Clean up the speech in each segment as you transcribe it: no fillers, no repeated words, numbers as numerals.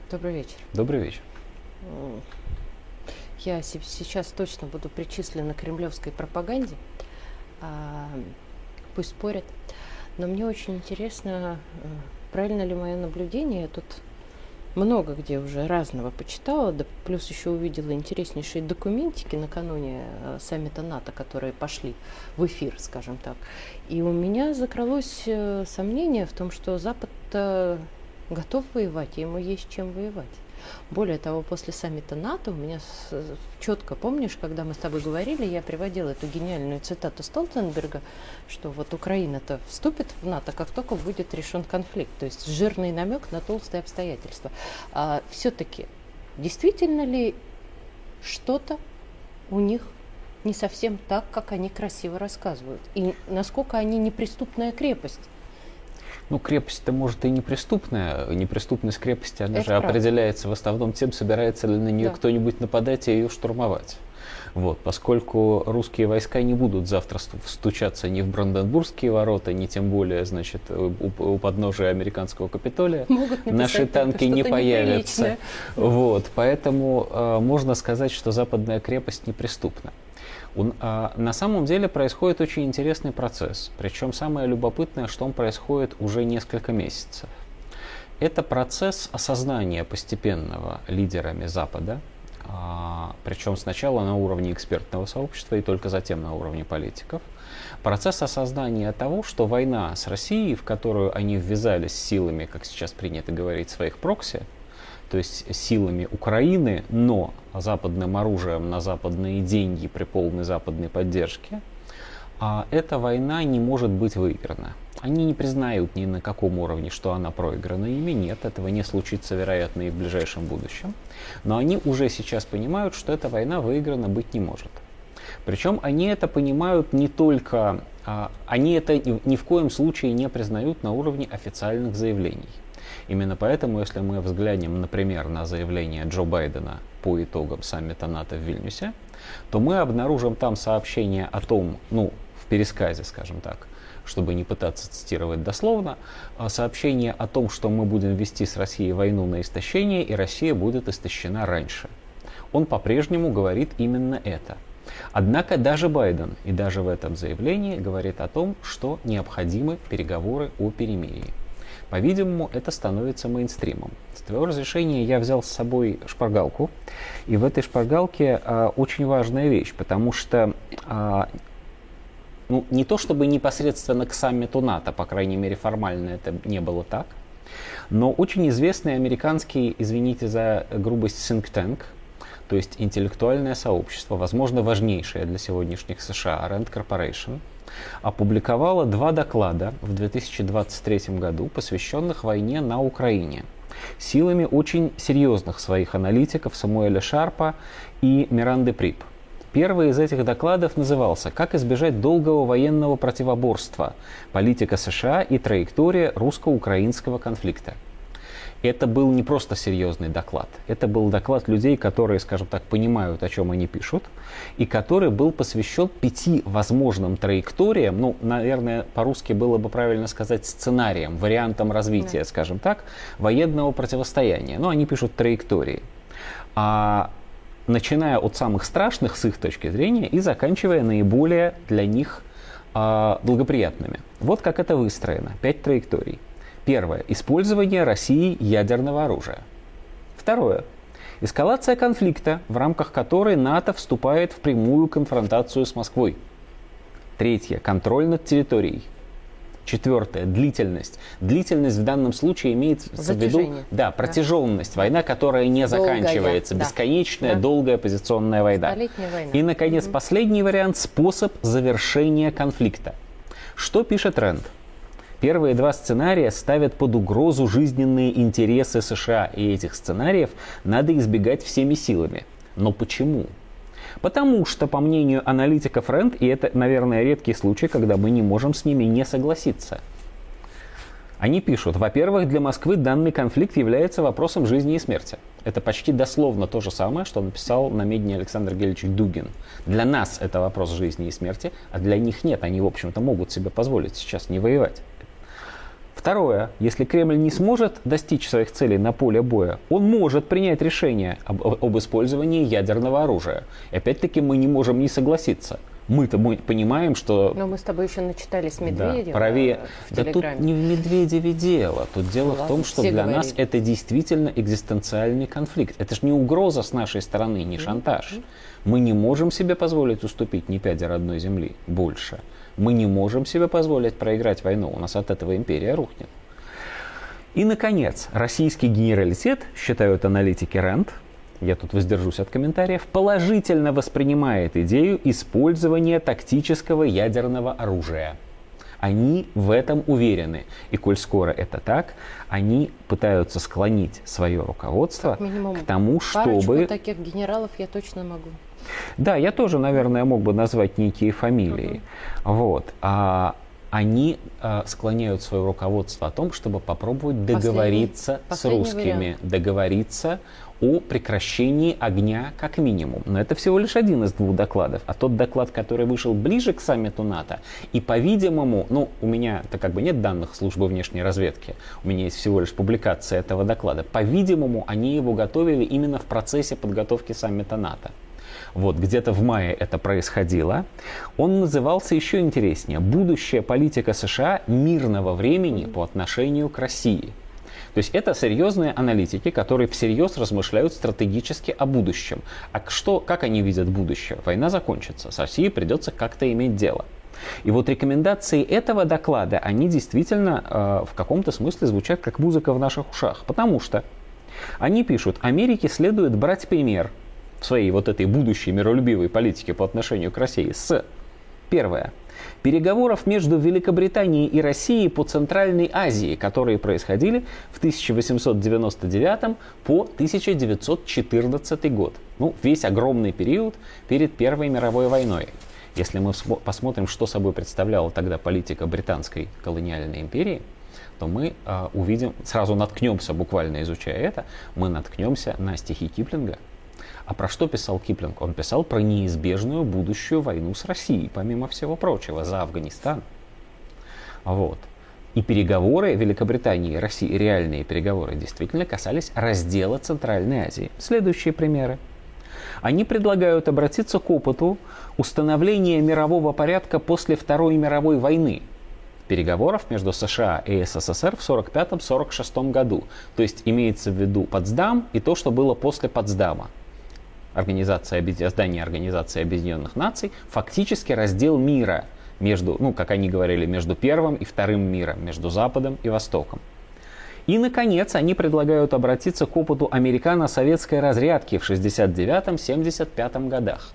Добрый вечер. Добрый вечер. Я сейчас точно буду причислена к кремлевской пропаганде. А, Пусть спорят. Но мне очень интересно, правильно ли мое наблюдение. Я тут много где уже разного почитала, да плюс еще увидела интереснейшие документики накануне саммита НАТО, которые пошли в эфир, скажем так. И у меня закралось сомнение в том, что Запад готов воевать, и ему есть чем воевать. Более того, после саммита НАТО у меня четко, помнишь, когда мы с тобой говорили, я приводила эту гениальную цитату Столтенберга, что вот Украина-то вступит в НАТО, как только будет решен конфликт. То есть жирный намек на толстые обстоятельства. Все-таки действительно ли что-то у них не совсем так, как они красиво рассказывают? И насколько они неприступная крепость? Ну, крепость-то, может, и неприступная. Неприступность крепости, она Это же правда. определяется в основном тем, собирается ли на нее кто-нибудь нападать и ее штурмовать. Вот, поскольку русские войска не будут завтра стучаться ни в Бранденбургские ворота, ни тем более, значит, у подножия американского Капитолия, наши танки не появятся. Вот, поэтому можно сказать, что западная крепость неприступна. На самом деле происходит очень интересный процесс. Причем самое любопытное, что он происходит уже несколько месяцев. Это процесс осознания постепенного лидерами Запада, причем сначала на уровне экспертного сообщества и только затем на уровне политиков. Процесс осознания того, что война с Россией, в которую они ввязались силами, как сейчас принято говорить, своих прокси, то есть силами Украины, но западным оружием на западные деньги при полной западной поддержке, эта война не может быть выиграна. Они не признают ни на каком уровне, что она проиграна ими. Нет, этого не случится, вероятно, и в ближайшем будущем. Но они уже сейчас понимают, что эта война выиграна быть не может. Причем они это понимают не только... Они это ни в коем случае не признают на уровне официальных заявлений. Именно поэтому, если мы взглянем, например, на заявление Джо Байдена по итогам саммита НАТО в Вильнюсе, то мы обнаружим там сообщение о том, в пересказе, скажем так, чтобы не пытаться цитировать дословно, сообщение о том, что мы будем вести с Россией войну на истощение, и Россия будет истощена раньше. Он по-прежнему говорит именно это. Однако даже Байден и даже в этом заявлении говорит о том, что необходимы переговоры о перемирии. По-видимому, это становится мейнстримом. С твоего разрешения я взял с собой шпаргалку. И в этой шпаргалке очень важная вещь, потому что не то чтобы непосредственно к саммиту НАТО, по крайней мере формально это не было так, но очень известный американский, извините за грубость, think tank, то есть интеллектуальное сообщество, возможно, важнейшее для сегодняшних США, Rand Corporation, опубликовала 2 доклада в 2023 году, посвященных войне на Украине, силами очень серьезных своих аналитиков Самуэля Шарпа и Миранды Прип. Первый из этих докладов назывался «Как избежать долгого военного противоборства. Политика США и траектория русско-украинского конфликта». Это был не просто серьезный доклад, это был доклад людей, которые, скажем так, понимают, о чем они пишут, и который был посвящен 5 возможным траекториям, наверное, по-русски было бы правильно сказать сценариям, вариантам развития, скажем так, военного противостояния. Но они пишут траектории. Начиная от самых страшных с их точки зрения и заканчивая наиболее для них благоприятными. Вот как это выстроено. 5 траекторий. Первое. Использование Россией ядерного оружия. Второе. Эскалация конфликта, в рамках которой НАТО вступает в прямую конфронтацию с Москвой. Третье. Контроль над территорией. Четвертое. Длительность. Длительность в данном случае имеется в виду протяженность. Война, которая не заканчивается. Бесконечная, долгая позиционная война. Столетняя война. И, наконец, последний вариант. Способ завершения конфликта. Что пишет Рэнд? Первые 2 сценария ставят под угрозу жизненные интересы США, и этих сценариев надо избегать всеми силами. Но почему? Потому что, по мнению аналитиков Рэнд, и это, наверное, редкий случай, когда мы не можем с ними не согласиться, они пишут, во-первых, для Москвы данный конфликт является вопросом жизни и смерти. Это почти дословно то же самое, что написал на Медне Александр Гельевич Дугин. Для нас это вопрос жизни и смерти, а для них нет. Они, в общем-то, могут себе позволить сейчас не воевать. Второе. Если Кремль не сможет достичь своих целей на поле боя, он может принять решение об использовании ядерного оружия. И опять-таки мы не можем не согласиться. Мы-то понимаем, что... Но мы с тобой еще начитались Медведева. Да, правее. Да тут не в Медведеве дело. Тут дело в том, что для нас это действительно экзистенциальный конфликт. Это же не угроза с нашей стороны, не шантаж. Мы не можем себе позволить уступить ни пяди родной земли больше. Мы не можем себе позволить проиграть войну. У нас от этого империя рухнет. И, наконец, российский генералитет, считают аналитики РАНД, я тут воздержусь от комментариев, положительно воспринимает идею использования тактического ядерного оружия. Они в этом уверены. И коль скоро это так, они пытаются склонить свое руководство к тому, чтобы... Парочку таких генералов я точно могу. Да, я тоже, наверное, мог бы назвать некие фамилии. Вот. Они склоняют свое руководство о том, чтобы попробовать договориться с русскими, договориться о прекращении огня как минимум. Но это всего лишь один из двух докладов. А тот доклад, который вышел ближе к саммиту НАТО, и, по-видимому, у меня-то как бы нет данных службы внешней разведки, у меня есть всего лишь публикация этого доклада, по-видимому, они его готовили именно в процессе подготовки саммита НАТО. Вот, где-то в мае это происходило. Он назывался еще интереснее «Будущая политика США мирного времени по отношению к России». То есть это серьезные аналитики, которые всерьез размышляют стратегически о будущем. Как они видят будущее? Война закончится, с Россией придется как-то иметь дело. И вот рекомендации этого доклада, они действительно в каком-то смысле звучат как музыка в наших ушах. Потому что они пишут, Америке следует брать пример в своей вот этой будущей миролюбивой политике по отношению к России с, первое, переговоров между Великобританией и Россией по Центральной Азии, которые происходили в 1899 по 1914 год. Весь огромный период перед Первой мировой войной. Если мы посмотрим, что собой представляла тогда политика британской колониальной империи, то мы увидим, сразу наткнемся, буквально изучая это, мы наткнемся на стихи Киплинга. А про что писал Киплинг? Он писал про неизбежную будущую войну с Россией, помимо всего прочего, за Афганистан. Вот. И переговоры Великобритании и России, реальные переговоры, действительно касались раздела Центральной Азии. Следующие примеры. Они предлагают обратиться к опыту установления мирового порядка после Второй мировой войны, переговоров между США и СССР в 1945-1946 году. То есть имеется в виду Потсдам и то, что было после Потсдама. Здание Организации Объединенных Наций, фактически раздел мира между, как они говорили, между первым и вторым миром, между Западом и Востоком. И, наконец, они предлагают обратиться к опыту американо-советской разрядки в 1969-1975 годах.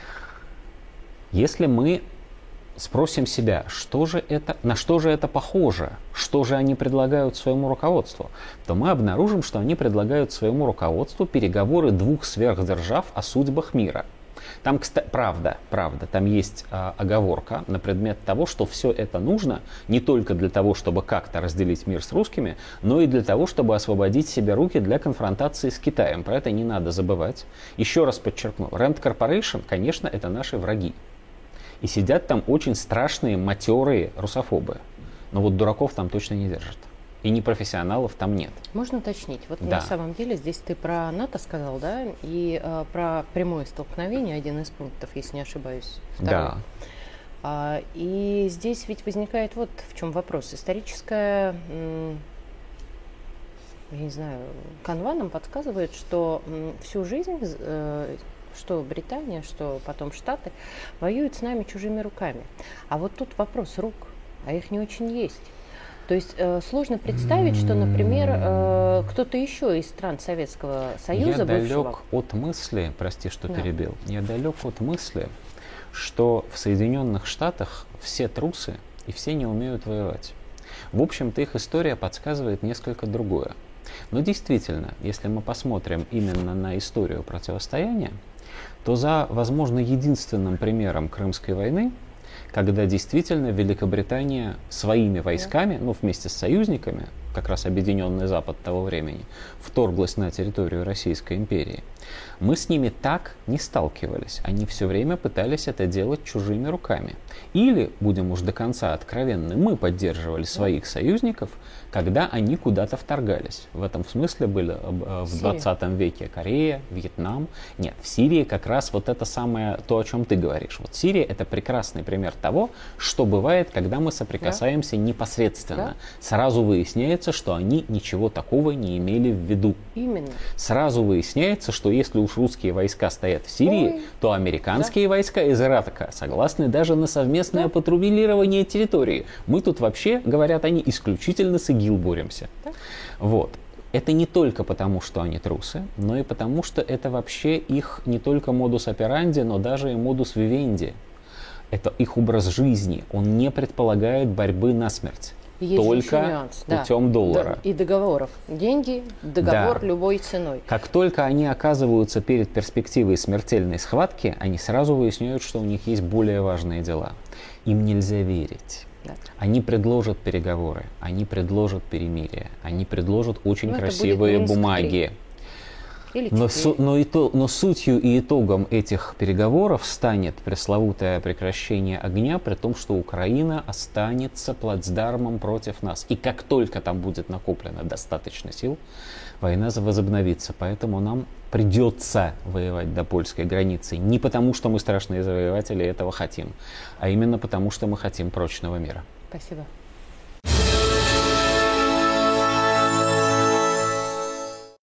Если мы спросим себя, на что же это похоже, что же они предлагают своему руководству, то мы обнаружим, что они предлагают своему руководству переговоры двух сверхдержав о судьбах мира. Там, правда, там есть оговорка на предмет того, что все это нужно не только для того, чтобы как-то разделить мир с русскими, но и для того, чтобы освободить себе руки для конфронтации с Китаем. Про это не надо забывать. Еще раз подчеркну, Rand Corporation, конечно, это наши враги. И сидят там очень страшные, матерые русофобы. Но вот дураков там точно не держат. И непрофессионалов там нет. Можно уточнить? Вот да. На самом деле здесь ты про НАТО сказал, да? И про прямое столкновение, один из пунктов, если не ошибаюсь. Второй. Да. И здесь ведь возникает вот в чем вопрос. Историческая, я не знаю, канва нам подсказывает, что всю жизнь... что Британия, что потом Штаты, воюют с нами чужими руками. А вот тут вопрос рук, а их не очень есть. То есть сложно представить, что, например, кто-то еще из стран Советского Союза бывшего... Я далек от мысли, прости, что перебил, я далек от мысли, что в Соединенных Штатах все трусы и все не умеют воевать. В общем-то, их история подсказывает несколько другое. Но действительно, если мы посмотрим именно на историю противостояния, то за, возможно, единственным примером Крымской войны, когда действительно Великобритания своими войсками, вместе с союзниками, как раз Объединенный Запад того времени, вторглась на территорию Российской империи, мы с ними так не сталкивались. Они все время пытались это делать чужими руками. Или, будем уж до конца откровенны, мы поддерживали своих союзников, когда они куда-то вторгались. В этом смысле были в 20 веке Корея, Вьетнам. Нет, в Сирии как раз вот это самое, то, о чем ты говоришь. Вот Сирия — это прекрасный пример того, что бывает, когда мы соприкасаемся непосредственно. Сразу выясняется, что они ничего такого не имели в виду. Именно. Сразу выясняется, что если уж русские войска стоят в Сирии, то американские войска из Ирака согласны даже на совместное патрулирование территории. Мы тут вообще, говорят они, исключительно с ИГИЛ боремся. Вот. Это не только потому, что они трусы, но и потому, что это вообще их не только модус операнди, но даже и модус вивенди. Это их образ жизни. Он не предполагает борьбы насмерть. Есть только нюанс, путем доллара. И договоров. Деньги, договор любой ценой. Как только они оказываются перед перспективой смертельной схватки, они сразу выясняют, что у них есть более важные дела. Им нельзя верить. Они предложат переговоры, они предложат перемирие, они предложат очень красивые бумаги. Но сутью и итогом этих переговоров станет пресловутое прекращение огня, при том, что Украина останется плацдармом против нас. И как только там будет накоплено достаточно сил, война возобновится. Поэтому нам придется воевать до польской границы. Не потому, что мы страшные завоеватели этого хотим, а именно потому, что мы хотим прочного мира. Спасибо.